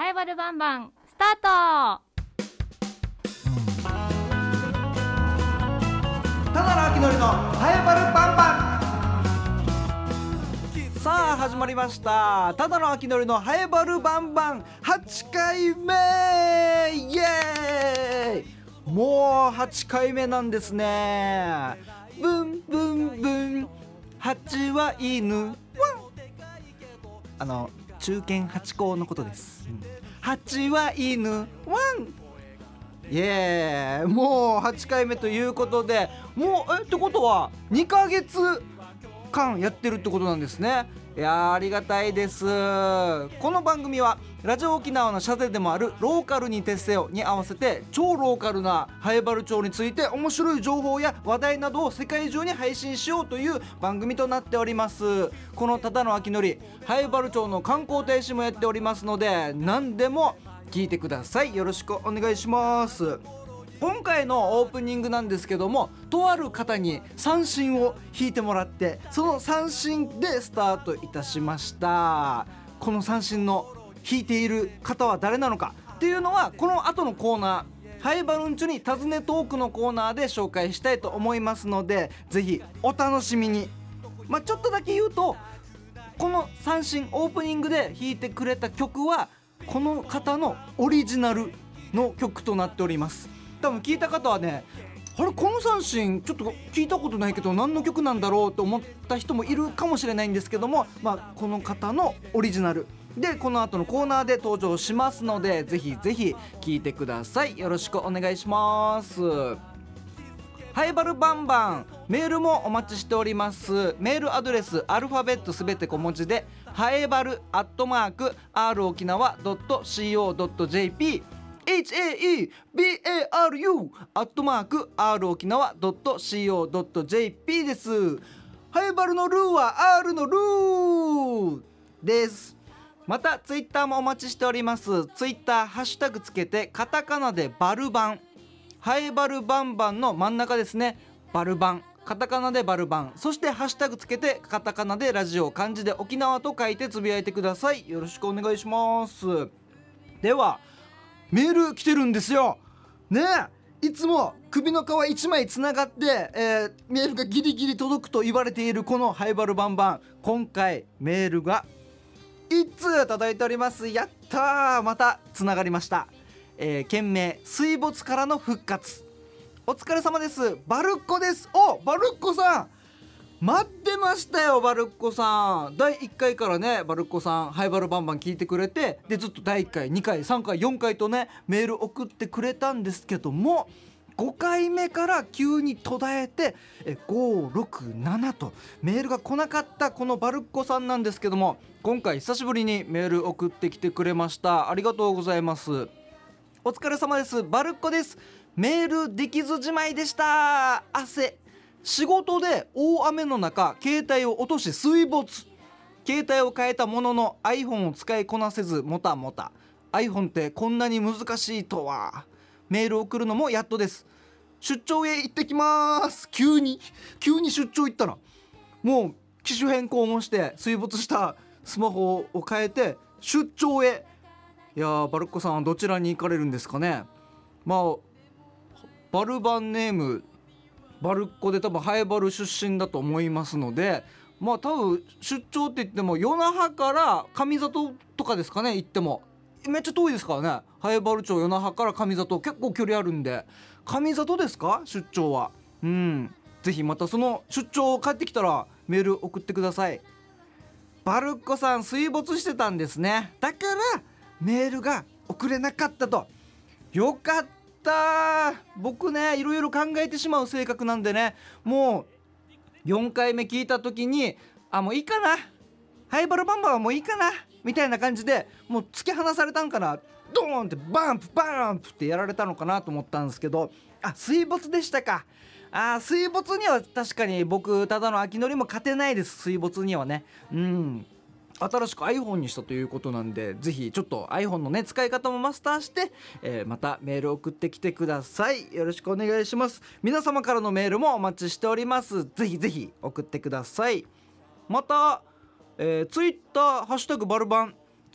ハイバルバンバンスタート。 ただのあきのりのハイバルバンバン。さあ始まりました、ただのあきのりのハイバルバンバン8回目イエーイ。もう8回目なんですね。ブンブンブン8は犬ワン、中堅8校のことです、8は犬ワンイエーイ。もう8回目ということで、もうってことは2ヶ月間やってるってことなんですね。いやーありがたいです。この番組はラジオ沖縄の社税でもあるローカルに徹せよに合わせて、超ローカルなハイバル町について面白い情報や話題などを世界中に配信しようという番組となっております。このただのあきのり、ハイバル町の観光大使もやっておりますので、何でも聞いてください。よろしくお願いします。今回のオープニングなんですけども、とある方に三振を弾いてもらって、その三振でスタートいたしました。この三振の弾いている方は誰なのかっていうのは、この後のコーナー、ハイバルンチュに尋ねトークのコーナーで紹介したいと思いますので、ぜひお楽しみに。ちょっとだけ言うと、この三振オープニングで弾いてくれた曲はこの方のオリジナルの曲となっております。多分聞いた方はね、あれこの三振ちょっと聞いたことないけど何の曲なんだろうと思った人もいるかもしれないんですけども、この方のオリジナルでこの後のコーナーで登場しますので、ぜひぜひ聞いてください。よろしくお願いします。ハイバルバンバンメールもお待ちしております。メールアドレスアルファベットすべて小文字でハエバル@r 沖縄 .co.jp HAEBARU @r 沖縄 .co.jp です。ハイバルのルーは R のルーです。またツイッターもお待ちしております。ツイッターハッシュタグつけてカタカナでバルバン、ハイバルバンバンの真ん中ですね、バルバン、カタカナでバルバン、そしてハッシュタグつけてカタカナでラジオ、漢字で沖縄と書いてつぶやいてください。よろしくお願いします。ではメール来てるんですよね。いつも首の皮1枚つながって、メールがギリギリ届くと言われているこのハイバルバンバン、今回メールが1通届いております。やったー、またつながりました。件名水没からの復活。お疲れ様です、バルッコです。お、バルッコさん待ってましたよ。バルッコさん第1回からね、バルッコさんハイバルバンバン聞いてくれて、でずっと第1回2回3回4回とねメール送ってくれたんですけども、5回目から急に途絶えて567とメールが来なかったこのバルッコさんなんですけども、今回久しぶりにメール送ってきてくれました。ありがとうございます。お疲れ様です、バルッコです。メールできずじまいでした。仕事で大雨の中携帯を落とし水没。携帯を変えたものの iPhone を使いこなせずもたもた。 iPhone ってこんなに難しいとは。メールを送るのもやっとです。出張へ行ってきます。急に出張行ったら、もう機種変更もして水没したスマホを変えて出張へ。いやー、バルッコさんはどちらに行かれるんですかね。バルバンネームバルッコで多分ハイバル出身だと思いますので、多分出張って言っても与那覇から上里とかですかね。行ってもめっちゃ遠いですからね。ハイバル町与那覇から上里結構距離あるんで、上里ですか出張は。ぜひまたその出張帰ってきたらメール送ってください。バルッコさん水没してたんですね。だからメールが送れなかったと。よかった。僕ねいろいろ考えてしまう性格なんでね、もう4回目聞いた時にもういいかな、ハイバルバンバンはもういいかなみたいな感じでもう突き放されたんかな、ドーンってバンプバンプってやられたのかなと思ったんですけど、水没でしたか。水没には確かに僕ただの秋のりも勝てないです。水没にはね。新しく iPhone にしたということなんで、ぜひちょっと iPhone のね使い方もマスターして、またメール送ってきてください。よろしくお願いします。皆様からのメールもお待ちしております。ぜひぜひ送ってください。また、ツイッターハッシュタグバルバン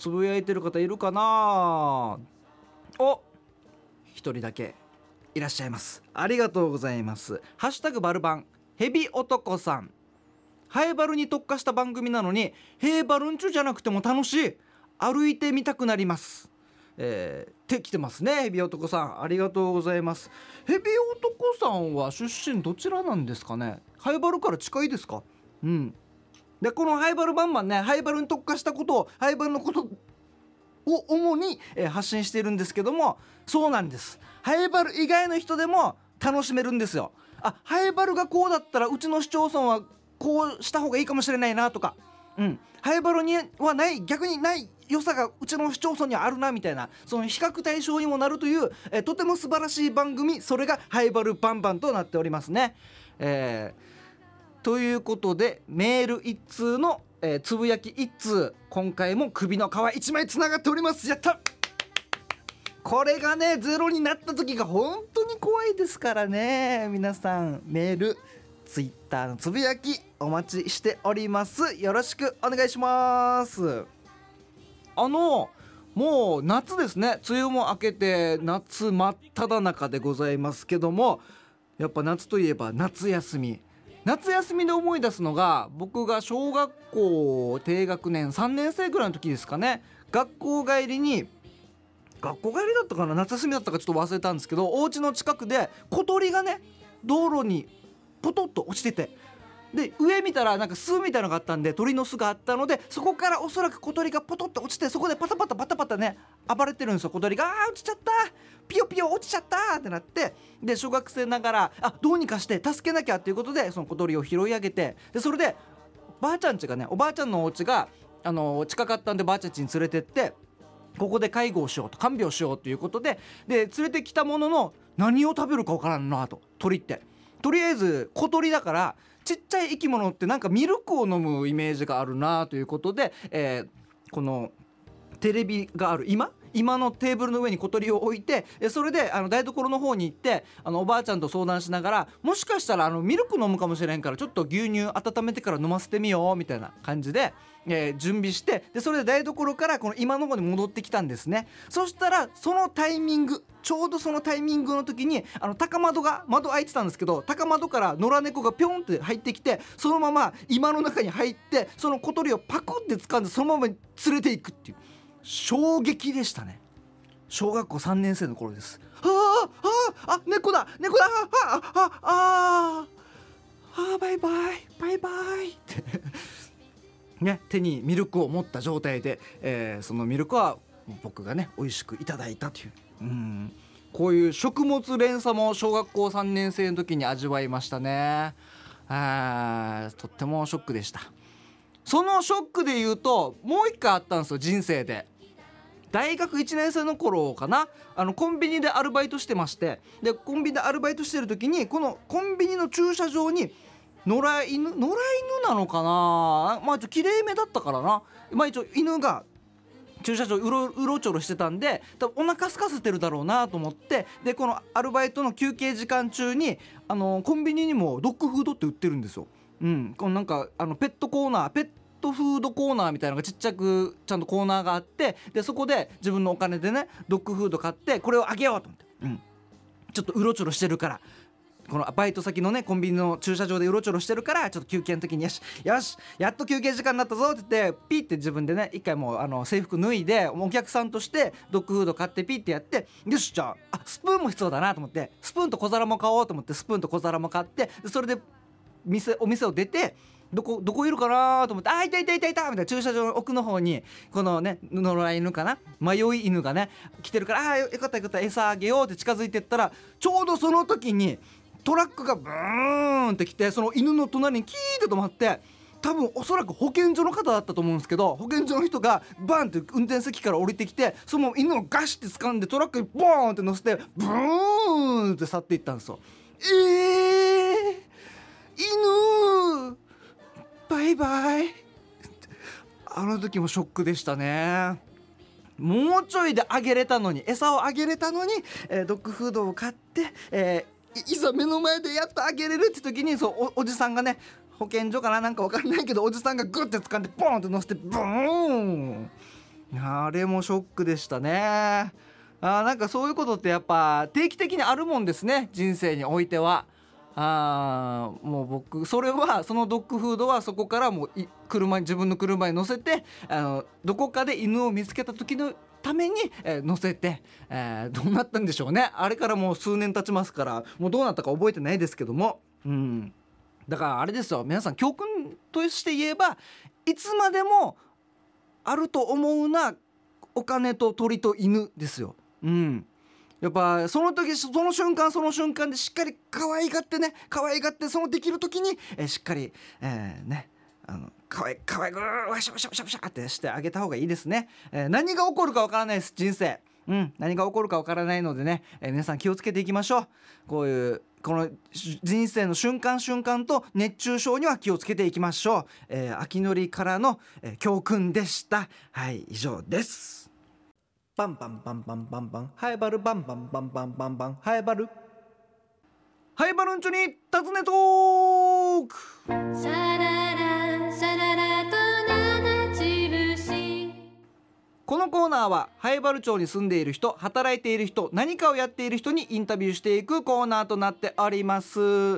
つぶやいてる方いるかな。お、一人だけいらっしゃいます。ありがとうございます。ハッシュタグバルバンヘビ男さん。ハエバルに特化した番組なのにヘイバルンチュじゃなくても楽しい、歩いてみたくなります、って来てますね。ヘビ男さんありがとうございます。ヘビ男さんは出身どちらなんですかね。ハエバルから近いですか。でこのハイバルバンバンね、ハイバルに特化したことを、ハイバルのことを主に、発信しているんですけども、そうなんです。ハイバル以外の人でも楽しめるんですよ。ハイバルがこうだったらうちの市町村はこうした方がいいかもしれないなとか、ハイバルにはない、逆にない良さがうちの市町村にはあるなみたいな、その比較対象にもなるという、とても素晴らしい番組、それがハイバルバンバンとなっておりますね。ということでメール1通の、つぶやき1通、今回も首の皮1枚つながっております。やった。これがねゼロになった時が本当に怖いですからね。皆さんメール、ツイッターのつぶやきお待ちしております。よろしくお願いします。もう夏ですね。梅雨も明けて夏真っ只中でございますけども、やっぱ夏といえば夏休みで思い出すのが、僕が小学校低学年3年生ぐらいの時ですかね。学校帰りだったかな、夏休みだったかちょっと忘れたんですけど、お家の近くで小鳥がね道路にポトッと落ちてて、で上見たらなんか巣みたいなのがあったんで、鳥の巣があったので、そこからおそらく小鳥がポトッと落ちて、そこでパタパタね暴れてるんですよ。小鳥が落ちちゃった、ピヨピヨ落ちちゃったってなって、で小学生ながらどうにかして助けなきゃっていうことでその小鳥を拾い上げて、でそれでおばあちゃんのお家が近かったんで、ばあちゃん家に連れてって、ここで看病しようということで、連れてきたものの、何を食べるかわからんなと。鳥ってとりあえず小鳥だから、ちっちゃい生き物ってなんかミルクを飲むイメージがあるなということで、このテレビがある今のテーブルの上に小鳥を置いて、それで台所の方に行って、おばあちゃんと相談しながら、もしかしたらミルク飲むかもしれんから、ちょっと牛乳温めてから飲ませてみようみたいな感じで、準備して、でそれで台所からこの今の方に戻ってきたんですね。そしたらちょうどそのタイミングの時に窓開いてたんですけど、高窓から野良猫がピョンって入ってきて、そのまま今の中に入って、その小鳥をパクって掴んでそのまま連れていくっていう衝撃でしたね。小学校3年生の頃です。猫だバイバイってね、手にミルクを持った状態で、そのミルクは僕がね美味しくいただいたという、こういう食物連鎖も小学校3年生の時に味わいましたね。とってもショックでした。そのショックで言うともう一回あったんですよ、人生で。大学1年生の頃かな、コンビニでアルバイトしてまして、でコンビニでアルバイトしてる時に、このコンビニの駐車場に野良犬なのかな、ちょっと綺麗めだったからな、一応犬が駐車場うろちょろしてたんで、多分お腹空かせてるだろうなと思って、でこのアルバイトの休憩時間中にコンビニにもドッグフードって売ってるんですよ。このなんかペットフードコーナーみたいなのがちっちゃくちゃんとコーナーがあって、でそこで自分のお金でねドッグフード買って、これをあげようと思って、ちょっとうろちょろしてるから、このバイト先のねコンビニの駐車場でうろちょろしてるから、ちょっと休憩の時によしやっと休憩時間になったぞって言って、ピーって自分でね一回もう制服脱いで、お客さんとしてドッグフード買ってピーってやって、よしじゃあスプーンも必要だなと思って、スプーンと小皿も買おうと思って、スプーンと小皿も買って、それでお店を出て、どこいるかなと思って、いたみたいな、駐車場の奥の方にこのね野良犬かな、迷い犬がね来てるから、よかった餌あげようって近づいてったら、ちょうどその時にトラックがブーンって来て、その犬の隣にキーって止まって、多分おそらく保健所の方だったと思うんですけど、保健所の人がバーンって運転席から降りてきて、その犬をガシって掴んでトラックにボーンって乗せてブーンって去っていったんですよ。犬バイバイ。あの時もショックでしたね。もうちょいであげれたのに、餌をあげれたのに、ドッグフードを買って、いざ目の前でやっとあげれるって時に、おじさんがね、保健所かななんか分かんないけど、おじさんがグッて掴んでボーンって乗せてブーンあれもショックでしたね。なんかそういうことってやっぱ定期的にあるもんですね、人生においては。もう僕そのドッグフードはそこからもう自分の車に乗せてどこかで犬を見つけた時のために、乗せて、どうなったんでしょうね。あれからもう数年経ちますからもうどうなったか覚えてないですけども、だからあれですよ、皆さん教訓として言えばいつまでもあると思うなお金と鳥と犬ですよ。やっぱその時その瞬間でしっかり可愛がってそのできる時に、しっかり、可愛くわしゃわしゃわしゃわしゃってしてあげた方がいいですね。何が起こるかわからないです、人生。何が起こるかわからないのでね、皆さん気をつけていきましょう。この人生の瞬間と熱中症には気をつけていきましょう。秋のりからの、教訓でした。はい、以上です。バンバンバンバンバンバンハエバルバンバンバンバンバンバンハエバルんちょに尋ねトーク。シャララシャララと七つ星。このコーナーはハエバル町に住んでいる人、働いている人、何かをやっている人にインタビューしていくコーナーとなっております。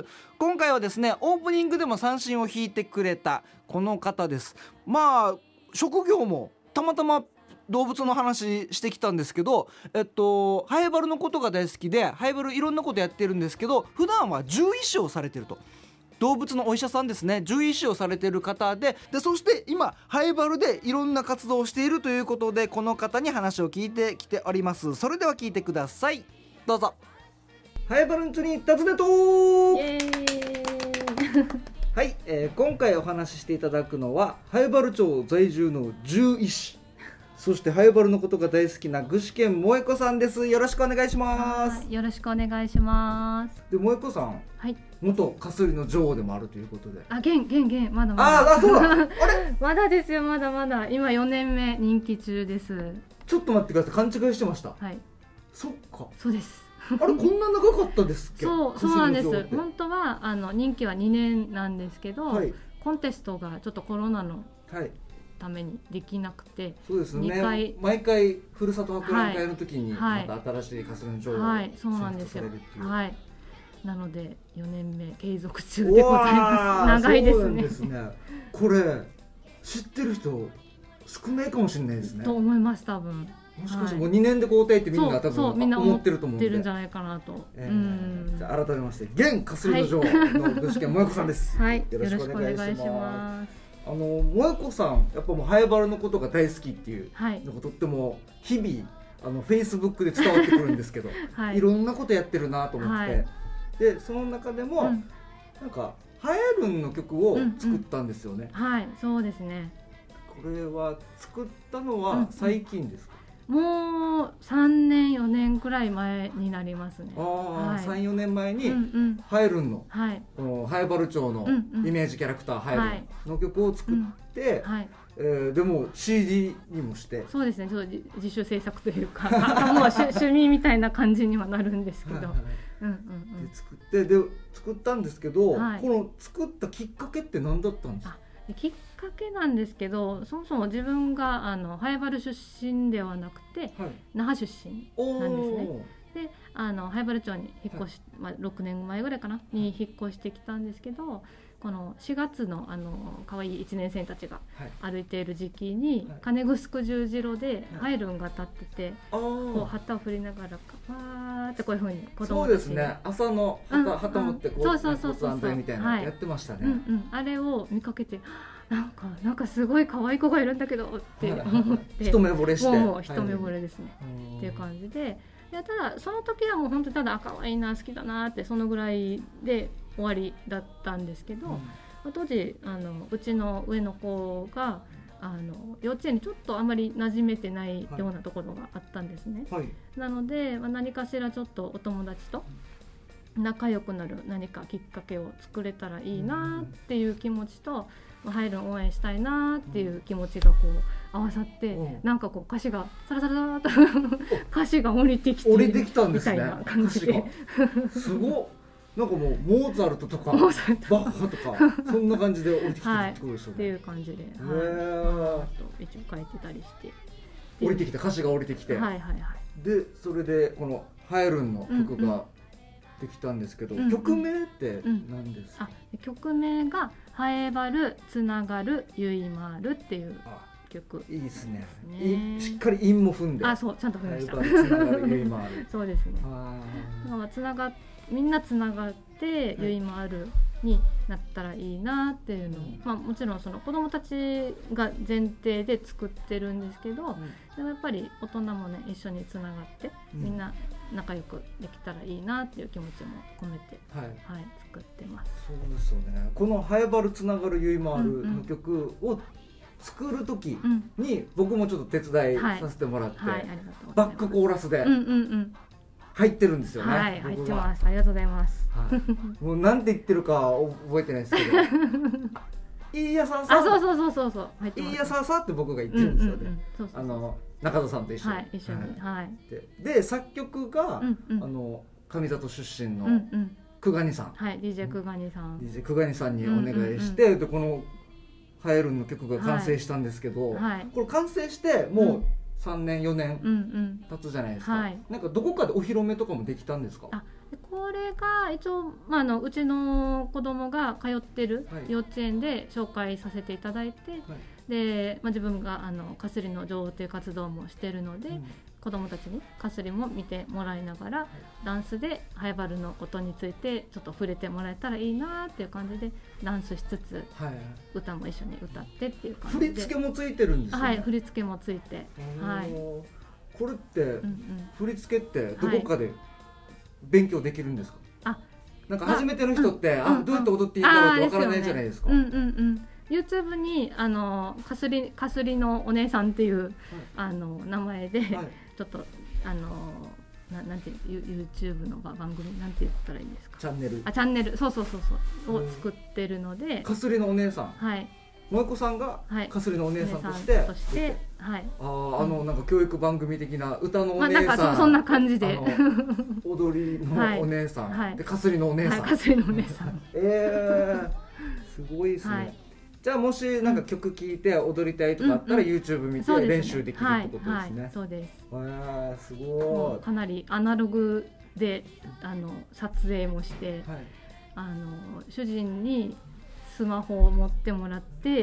今回はですね、オープニングでも三振を引いてくれたこの方です。職業もたまたま動物の話してきたんですけど、ハエバルのことが大好きでハエバルいろんなことやってるんですけど、普段は獣医師をされてると。動物のお医者さんですね、獣医師をされている方で、そして今ハエバルでいろんな活動をしているということで、この方に話を聞いてきております。それでは聞いてください、どうぞ。ハエバルんちに尋ねトーク。はい、今回お話ししていただくのはハエバル町在住の獣医師、そしてハエバルのことが大好きな具志堅萌子さんです。よろしくお願いします。 よろしくお願いします。 で、萌子さん、はい、元かすりの女王でもあるということで。 まだそうだあれまだですよ、まだ今4年目任期中です。 ちょっと待ってください、勘違いしてました。 はい、 そっか、 そうです。 あれこんな長かったですっけ。 そうなんです。本当は任期は2年なんですけど、コンテストがちょっとコロナのためにできなくて、 そうですね、毎回ふるさと博覧会の時にまた新しいかすりの女王が選出されるっていう、 なので4年目継続中でございます。長いですね。 そうなんですね。これ知ってる人少ないかもしれないですね。 と思います、多分。 もしかしてもう2年で交代ってみんな多分みんな思ってると思うんで、 るんじゃないかなと。 じゃあ改めまして現かすりの女王の具志堅萌子さんです。 はい、よろしくお願いします。 萌子さんやっぱもうハエバルのことが大好きっていうのがとっても日々フェイスブックで伝わってくるんですけど、いろんなことやってるなと思って、でその中でも、なんかハエルンの曲を作ったんですよね。 はい、そうですね。 これは作ったのは最近ですか。 もう3年4年くらい前になりますね。 3、4年前にハエルンのこのハエバル町のイメージキャラクターハエルンの曲を作って、でも CD にもして、 そうですね、ちょっと自主制作というかもう趣味みたいな感じにはなるんですけど、 作ったんですけど、この作ったきっかけって何だったんですか。 きっかけなんですけど、そもそも自分がハエバル出身ではなくて、那覇出身なんですね。でハエバル町に引っ越し、6年前ぐらいかなに引っ越してきたんですけど、この4月の可愛い1年生たちが歩いている時期に、金城十字路でハエルンが立ってて、こう旗を振りながらわーってこういう風に子供たちが、そうですね、 朝の旗持ってこう交安隊みたいなやってましたね。 あれを見かけて、なんかすごい可愛い子がいるんだけどって思って、 一目惚れして、 もう一目惚れですね、っていう感じで、ただその時はもう本当にただ可愛いな好きだなってそのぐらいで終わりだったんですけど、当時うちの上の子が幼稚園にちょっとあまり馴染めてないようなところがあったんですね。なので、何かしらちょっとお友達と仲良くなる何かきっかけを作れたらいいなっていう気持ちと、ハエルン応援したいなっていう気持ちがこう合わさって、なんかこう歌詞がサラサラサラと歌詞が降りてきてみたいな感じで、 すごい、なんかもうモーツァルトとかバッハとかそんな感じで降りてきてるってことでしょうね。 っていう感じで、一応書いてたりして、 降りてきて歌詞が降りてきて、 はいはいはい、 でそれでこのハエルンの曲ができたんですけど、曲名って何ですか？ 曲名がハエバルつながるゆいまるっていう曲。 いいですね。しっかり韻も踏んで。 そうちゃんと踏みました。 ハエバルつながるゆいまる。 そうですね。みんなつながってゆいまるになったらいいなっていうのを、もちろんその子どもたちが前提で作ってるんですけど、でもやっぱり大人もね一緒につながってみんな仲良くできたらいいなっていう気持ちも込めて、作ってます。 そうですよね。このハエバルつながるゆいまるの曲を作る時に僕もちょっと手伝いさせてもらって、バックコーラスで入ってるんですよね。 入ってます。ありがとうございます。 もうなんて言ってるか覚えてないですけど、いいやささ、 そういいやささって僕が言ってるんですよね。中田さんと一緒に。で作曲が上里出身の久我さん、 DJ 久我さん、 DJ 久我さんにお願いして、でこのハエルンの曲が完成したんですけど、これ完成してもう3年4年経つじゃないですか。なんかどこかでお披露目とかもできたんですか？ これが一応、うちの子供が通ってる幼稚園で紹介させていただいて、で、自分がかすりの女王という活動もしてるので、子供たちにかすりも見てもらいながら、ダンスでハエバルのことについてちょっと触れてもらえたらいいなっていう感じでダンスしつつ、歌も一緒に歌ってっていう感じで。 振り付けもついてるんですよね。 振り付けもついて、 これって、振り付けってどこかで勉強できるんですか？なんか初めての人ってどうやって踊っていいんだろうってわからないじゃないですか。 YouTube にかすりのお姉さんっていう、名前で、ちょっとなんていう YouTube の番組なんて言ったらいいんですか？チャンネルそうを作ってるので、 かすりのお姉さん、萌子さんがかすりのお姉さんとして、なんか教育番組的な歌のお姉さん、 そんな感じで踊りのお姉さんでかすりのお姉さん、 かすりのお姉さん、 すごいですね。じゃあもしなんか曲聴いて踊りたいとかあったら YouTube 見て練習できるってことですね。 そうです。 すごい。 かなりアナログで撮影もして、主人にスマホを持ってもらって、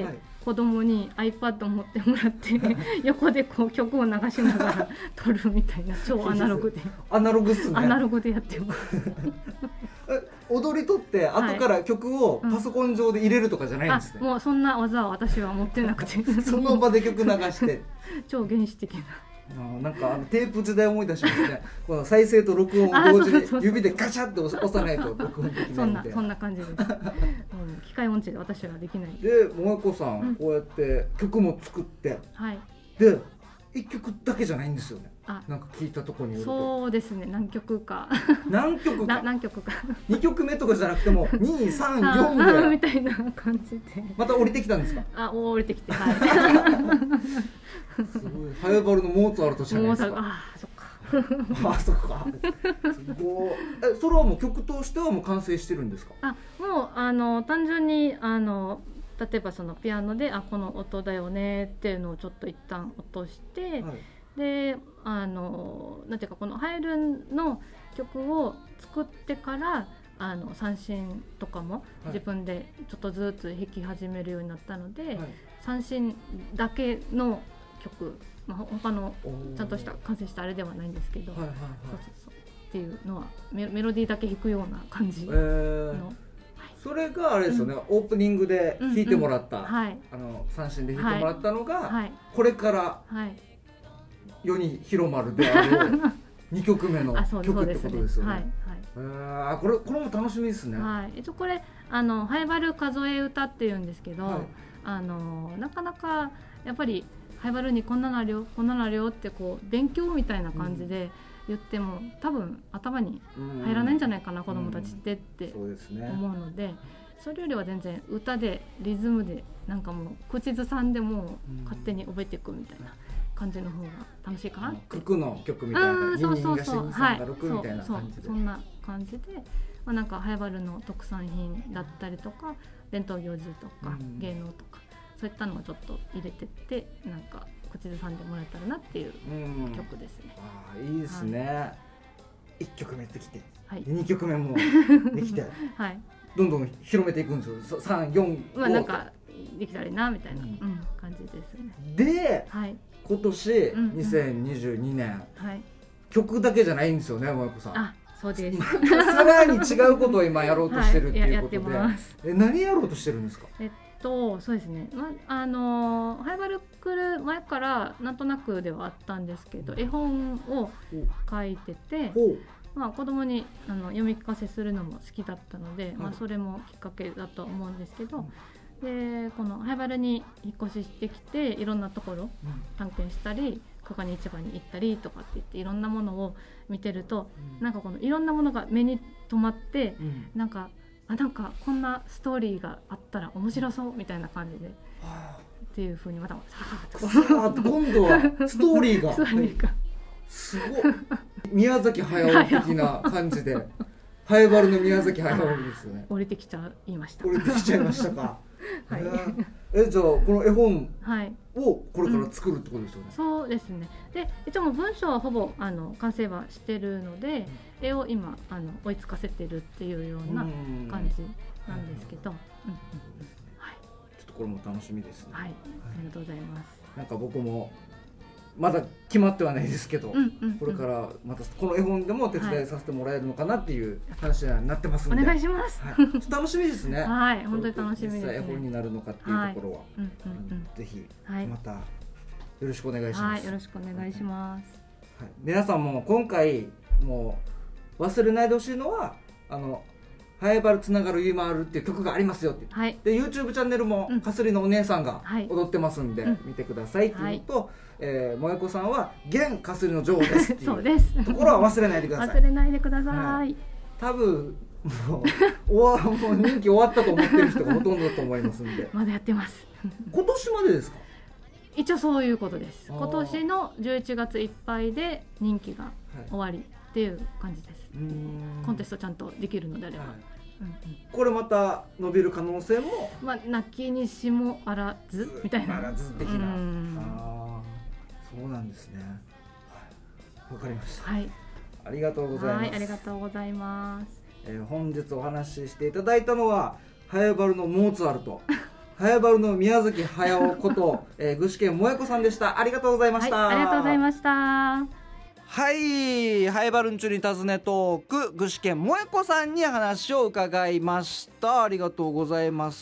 子供に iPad を持ってもらって横でこう曲を流しながら撮るみたいな超アナログでアナログっすね。 アナログでやってます踊りとって後から曲をパソコン上で入れるとかじゃないんですね。 もうそんな技は私は持ってなくてその場で曲流して超原始的な。 なんかテープ時代思い出しますね。この再生と録音を同時に指でガチャって押さないと録音できないみたいな。 そんな感じです。機械音痴で私はできない。 で萌子さん、こうやって曲も作って、で1曲だけじゃないんですよね。なんか聞いたところによると。 そうですね。何曲か 2曲目とかじゃなくても2、3、4ぐらいみたいな感じで。 また降りてきたんですか？ 降りてきて、 すごい。ハエバルのモーツァルトじゃないですか。 そっか。 そっか。それはもう曲としてはもう完成してるんですか？ もう単純に例えばそのピアノでこの音だよねっていうのをちょっと一旦落として、でなんていうかこのハエルンの曲を作ってから三振とかも自分でちょっとずつ弾き始めるようになったので、三振だけの曲、他のちゃんとした完成したあれではないんですけど、っていうのはメロディーだけ弾くような感じの。 それがあれですよね、オープニングで弾いてもらった、三振で弾いてもらったのが、これから世に広まるであろう2曲目の曲ってことですよね。これも楽しみですね。 一応これハエバル数え歌っていうんですけど、なかなかやっぱりハエバルにこんなのあるよこんなのあるよってこう勉強みたいな感じで言っても、多分頭に入らないんじゃないかな、子どもたちってって思うので、それよりは全然歌でリズムでなんかもう口ずさんでも勝手に覚えていくみたいな感じの方が楽しいかなって。 九九の曲みたいな、2人が2、3が6みたいな感じで、 そんな感じで、なんかハエバルの特産品だったりとか伝統行事とか芸能とかそういったのをちょっと入れてってなんか口ずさんでもらえたらなっていう曲ですね。 いいですね、はい、1曲目できて、 はい、 2曲目もできて、 はい、 どんどん広めていくんですよ。3、4、5 なんかできたらいいなみたいな、感じですね。 で、 はい、 今年、2022年、 はい、 曲だけじゃないんですよね、萌子さん。 あ、そうです。 さらに違うことを今やろうとしてるっていうことで、 はい、やってます。 何やろうとしてるんですか？ そうですね、ハイバル来る前からなんとなくではあったんですけど、絵本を書いてて、子供に読み聞かせするのも好きだったので、それもきっかけだと思うんですけど、でこのハイバルに引っ越ししてきていろんなところ探検したり、加賀に市場に行ったりとかって言っていろんなものを見てると、なんかこのいろんなものが目に留まって、なんかこんなストーリーがあったら面白そうみたいな感じで、っていう風にまた今度はストーリーがすごい宮崎駿的な感じでハイバルの宮崎駿ですよね。 降りてきちゃいました。 降りてきちゃいましたか。はい、じゃあこの絵本をこれから作るってことですよね。 そうですね。で一応もう文章はほぼ完成はしてるので、絵を今追いつかせてるっていうような感じなんですけど、はい、 ちょっとこれも楽しみですね。 はい、ありがとうございます。 なんか僕もまだ決まってはないですけど、これからまたこの絵本でも手伝いさせてもらえるのかなっていう話になってますので、 お願いします。 はい、ちょっと楽しみですね。 はい、本当に楽しみですね。 実際絵本になるのかっていうところは、ぜひまたよろしくお願いします。 はい、よろしくお願いします。 はい、皆さんも今回もう忘れないでほしいのはハイバルつながるゆいまーるっていう曲がありますよって、はい、で YouTube チャンネルもかすりのお姉さんが踊ってますんで、見てくださいっていうのと、萌子さんは現かすりの女王ですっていうところは忘れないでください。 忘れないでください。はい、 多分もう人気終わったと思ってる人がほとんどだと思いますんで。 まだやってます。 今年までですか？ 一応そういうことです。今年の11月いっぱいで任期が終わりっていう感じです。コンテストちゃんとできるのであれば、 これまた伸びる可能性も、 なきにしもあらずみたいな、 あらず的な、そうなんですね。わかりました。はい、ありがとうございます。はい、 ありがとうございます。 本日お話ししていただいたのはハイバルのモーツァルトハイバルの宮崎駿こと具志堅萌子さんでした。ありがとうございました。 ありがとうございました。 はい、ハイバルンチュに尋ねトーク、具志堅萌子さんに話を伺いました。ありがとうございます。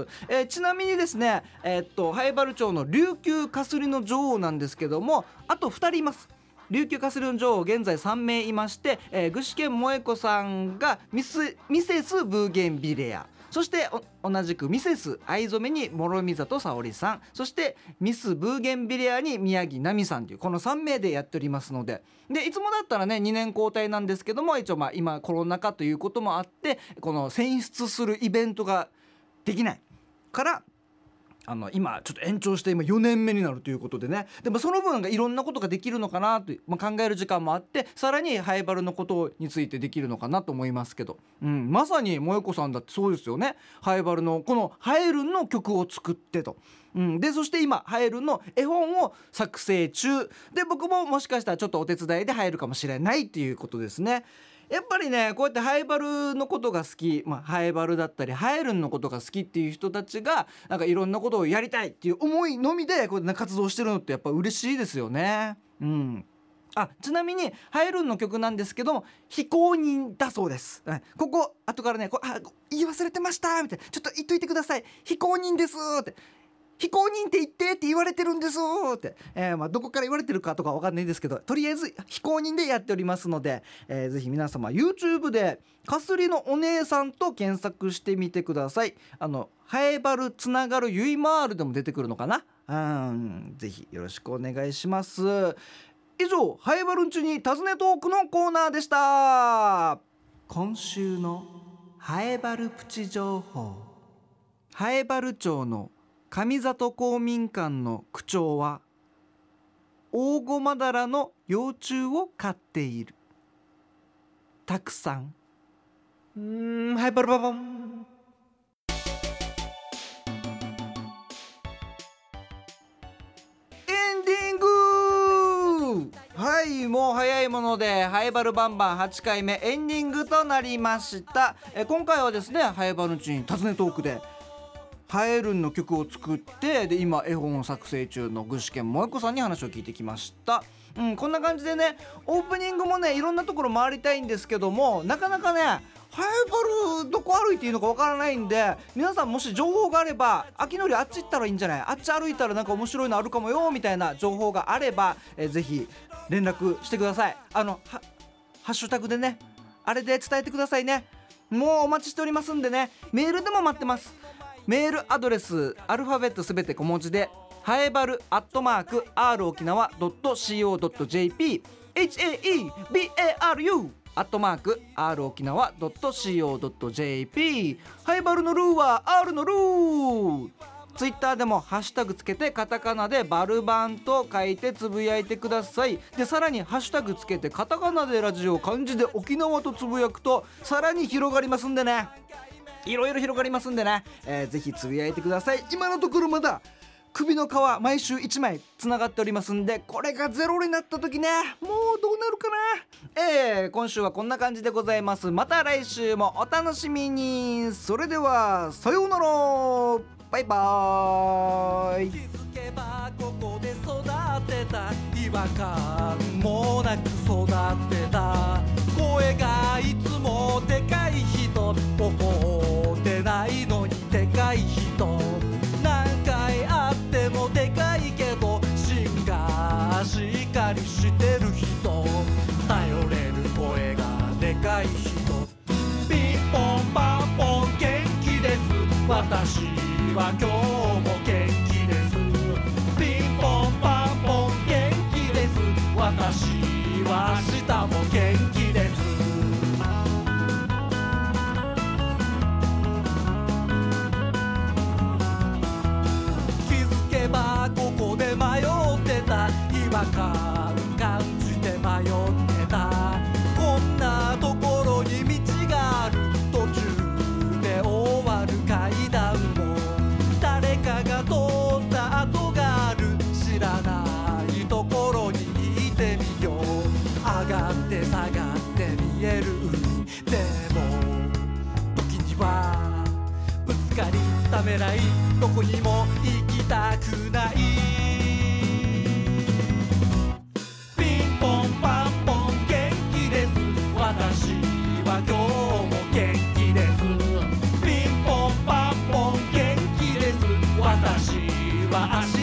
ちなみにですね、ハイバル町の琉球かすりの女王なんですけども、あと2人います。琉球かすりの女王現在3名いまして、具志堅萌子さんがミセスブーゲンビレア、そして同じくミセス藍染めに諸見里沙織さん、そしてミスブーゲンビレアに宮城奈美さんというこの3名でやっておりますので、いつもだったらね2年交代なんですけども、一応今コロナ禍ということもあってこの選出するイベントができないから今ちょっと延長して今4年目になるということでね、でもその分いろんなことができるのかなと、考える時間もあって、さらにハイバルのことについてできるのかなと思いますけど、まさに萌子さんだってそうですよね。ハイバルのこのハエルンの曲を作ってと、でそして今ハエルンの絵本を作成中で、僕ももしかしたらちょっとお手伝いで入るかもしれないっていうことですね。やっぱりねこうやってハイバルのことが好き、ハイバルだったりハエルンのことが好きっていう人たちがなんかいろんなことをやりたいっていう思いのみでこうやって活動してるのってやっぱ嬉しいですよね。ちなみにハエルンの曲なんですけど非公認だそうです。ここ後からね言い忘れてましたみたいな、ちょっと言っといてください、非公認ですって、非公認って言ってって言われてるんですって、どこから言われてるかとか分かんないですけど、とりあえず非公認でやっておりますので、ぜひ皆様 YouTube でかすりのお姉さんと検索してみてください。ハエバルつながるゆいまーるでも出てくるのかな。ぜひよろしくお願いします。以上ハエバルんちに尋ねトークのコーナーでした。今週のハエバルプチ情報。ハエバル町の上里公民館の区長はオオゴマダラの幼虫を飼っている。たくさんハイバルババン。 はいもう早いものでハエバルバンバン8回目エンディングとなりました。今回はですねハエバルチンタズネトークでハエルンの曲を作ってで今絵本を作成中の具志堅萌子さんに話を聞いてきました。こんな感じでねオープニングもねいろんなところ回りたいんですけどもなかなかねハエバルどこ歩いていいのかわからないんで皆さんもし情報があれば秋のりあっち行ったらいいんじゃないあっち歩いたらなんか面白いのあるかもよみたいな情報があれば、ぜひ連絡してください。ハッシュタグでねあれで伝えてくださいね。もうお待ちしておりますんでねメールでも待ってます。メールアドレスアルファベットすべて小文字でハエバル@r 沖縄 .co.jp HAEBARU r 沖縄 .co.jp ハイバルのルーは R のルー。ツイッターでもハッシュタグつけてカタカナでバルバンと書いてつぶやいてください。でさらにハッシュタグつけてカタカナでラジオ漢字で沖縄とつぶやくとさらに広がりますんでねいろいろ広がりますんでね、ぜひつぶやいてください。今のところまだ首の皮毎週1枚つながっておりますんでこれがゼロになった時ねもうどうなるかな。今週はこんな感じでございます。また来週もお楽しみに。それではさようならバイバーイ。 気づけばここで育てた違和感もなく育ってた声がいつもでかい人怒ってないのにでかい人何回会ってもでかいけど芯がしっかりしてる人頼れる声がでかい人ピンポンパンポン元気です私は今日も元気ですピンポンパンポン元気です私は明日も元気です気づけばここで迷ってた違和感感じて迷ってたこんなところに道がある途中で終わる階段も誰かが通った跡がある知らないところに行ってみよう上がって下がって見える海でも時にはぶつかりためらいどこにも行きたくないピンポンパンポン元気です私は今日も元気ですピンポンパンポン元気です私は明日